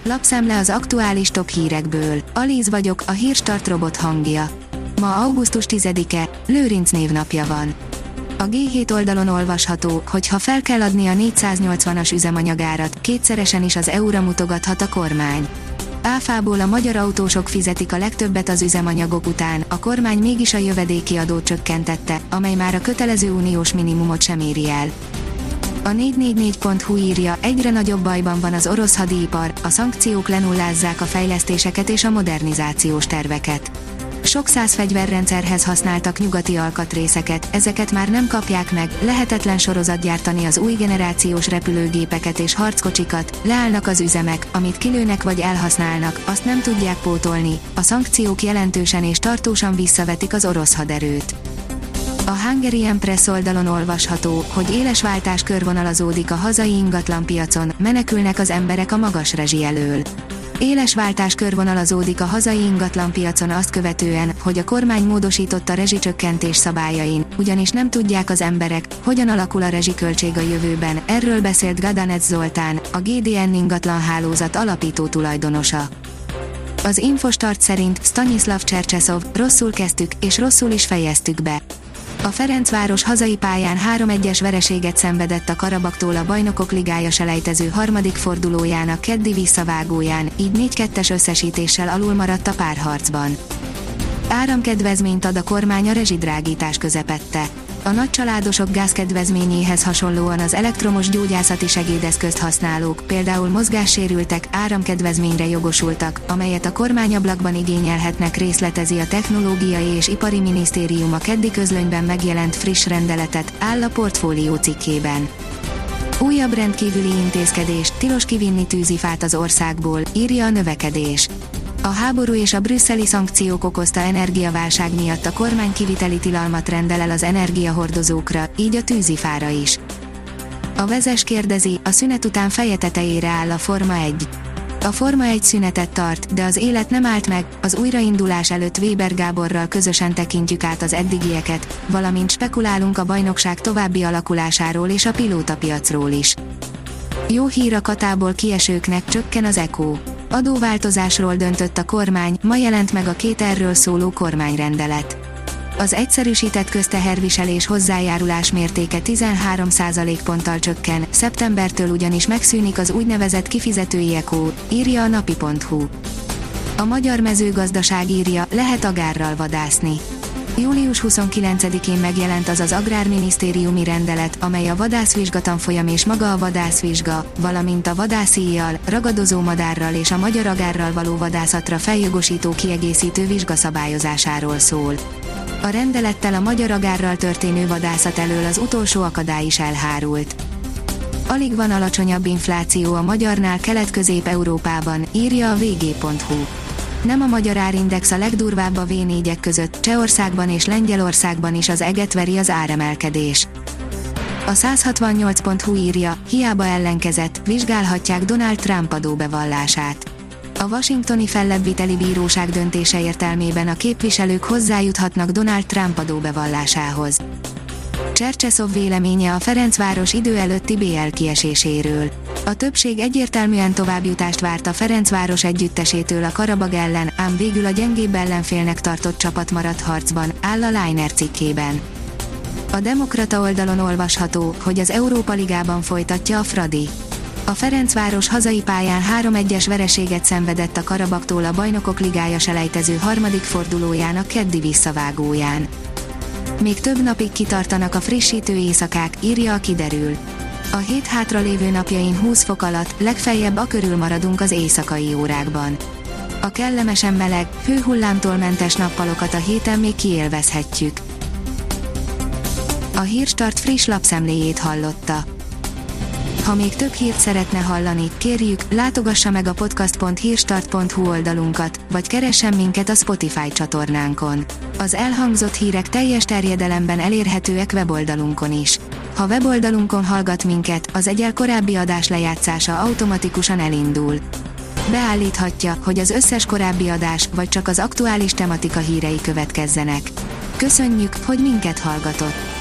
Lapszemle az aktuális top hírekből. Alíz vagyok, a Hírstart robot hangja. Ma augusztus 10-e, Lőrinc névnapja van. A G7 oldalon olvasható, hogy ha fel kell adni a 480-as üzemanyagárat, kétszeresen is az EU-ra mutogathat a kormány. Áfából a magyar autósok fizetik a legtöbbet az üzemanyagok után, a kormány mégis a jövedéki adót csökkentette, amely már a kötelező uniós minimumot sem éri el. A 444.hu írja, egyre nagyobb bajban van az orosz hadipar, a szankciók lenullázzák a fejlesztéseket és a modernizációs terveket. Sok száz fegyverrendszerhez használtak nyugati alkatrészeket, ezeket már nem kapják meg, lehetetlen sorozatgyártani az új generációs repülőgépeket és harckocsikat, leállnak az üzemek, amit kilőnek vagy elhasználnak, azt nem tudják pótolni, a szankciók jelentősen és tartósan visszavetik az orosz haderőt. A Hungarian Press oldalon olvasható, hogy éles váltás körvonalazódik a hazai ingatlanpiacon, menekülnek az emberek a magas rezsi elől. Éles váltás körvonalazódik a hazai ingatlanpiacon azt követően, hogy a kormány módosította rezsicsökkentés szabályain, ugyanis nem tudják az emberek, hogyan alakul a rezsiköltség a jövőben, erről beszélt Gadanec Zoltán, a GDN ingatlanhálózat alapító tulajdonosa. Az Infostart szerint Stanislav Csercseszov, rosszul kezdtük, és rosszul is fejeztük be. A Ferencváros hazai pályán 3-1-es vereséget szenvedett a Karabaktól a Bajnokok Ligája selejtező harmadik fordulójának keddi visszavágóján, így 4-2-es összesítéssel alul maradt a párharcban. Áramkedvezményt ad a kormány a rezsidrágítás közepette. A nagycsaládosok gázkedvezményéhez hasonlóan az elektromos gyógyászati segédeszközt használók, például mozgássérültek, áramkedvezményre jogosultak, amelyet a kormányablakban igényelhetnek, részletezi a Technológiai és Ipari Minisztérium a keddi közlönyben megjelent friss rendeletet, áll a Portfólió cikkében. Újabb rendkívüli intézkedés, tilos kivinni tűzifát az országból, írja a Növekedés. A háború és a brüsszeli szankciók okozta energiaválság miatt a kormány kiviteli tilalmat rendel el az energiahordozókra, így a tűzifára is. A Vezes kérdezi, a szünet után feje tetejére áll a Forma 1. A Forma 1 szünetet tart, de az élet nem állt meg, az újraindulás előtt Weber Gáborral közösen tekintjük át az eddigieket, valamint spekulálunk a bajnokság további alakulásáról és a pilótapiacról is. Jó hír a Katából kiesőknek, csökken az ECO. Adóváltozásról döntött a kormány, ma jelent meg a 2 erről szóló kormányrendelet. Az egyszerűsített közteherviselés hozzájárulás mértéke 13% ponttal csökken, szeptembertől ugyanis megszűnik az úgynevezett kifizetői ECO, írja a napi.hu. A magyar mezőgazdaság írja, lehet agárral vadászni. Július 29-én megjelent az agrárminisztériumi rendelet, amely a vadászvizsgatanfolyam és maga a vadászvizsga, valamint a vadászíjjal, ragadozó madárral és a magyar agárral való vadászatra feljogosító kiegészítő vizsgaszabályozásáról szól. A rendelettel a magyar agárral történő vadászat elől az utolsó akadály is elhárult. Alig van alacsonyabb infláció a magyarnál Kelet-Közép-Európában, írja a vg.hu. Nem a magyar árindex a legdurvább a V4-ek között, Csehországban és Lengyelországban is az eget veri az áremelkedés. A 168.hu írja, hiába ellenkezett, vizsgálhatják Donald Trump adóbevallását. A washingtoni fellebbviteli bíróság döntése értelmében a képviselők hozzájuthatnak Donald Trump adóbevallásához. Csercseszov véleménye a Ferencváros idő előtti BL kieséséről. A többség egyértelműen továbbjutást várt a Ferencváros együttesétől a Karabag ellen, ám végül a gyengébb ellenfélnek tartott csapat maradt harcban, áll a Liner cikkében. A Demokrata oldalon olvasható, hogy az Európa Ligában folytatja a Fradi. A Ferencváros hazai pályán 3-1-es vereséget szenvedett a Karabagtól a Bajnokok Ligája selejtező harmadik fordulójának keddi visszavágóján. Még több napig kitartanak a frissítő éjszakák, írja a Kiderül. A hét hátra lévő napjain 20 fok alatt, legfeljebb akörül maradunk az éjszakai órákban. A kellemesen meleg, hőhullámtól mentes nappalokat a héten még kiélvezhetjük. A Hírstart friss lapszemléjét hallotta. Ha még több hírt szeretne hallani, kérjük, látogassa meg a podcast.hírstart.hu oldalunkat, vagy keressen minket a Spotify csatornánkon. Az elhangzott hírek teljes terjedelemben elérhetőek weboldalunkon is. Ha weboldalunkon hallgat minket, az egyel korábbi adás lejátszása automatikusan elindul. Beállíthatja, hogy az összes korábbi adás, vagy csak az aktuális tematika hírei következzenek. Köszönjük, hogy minket hallgatott!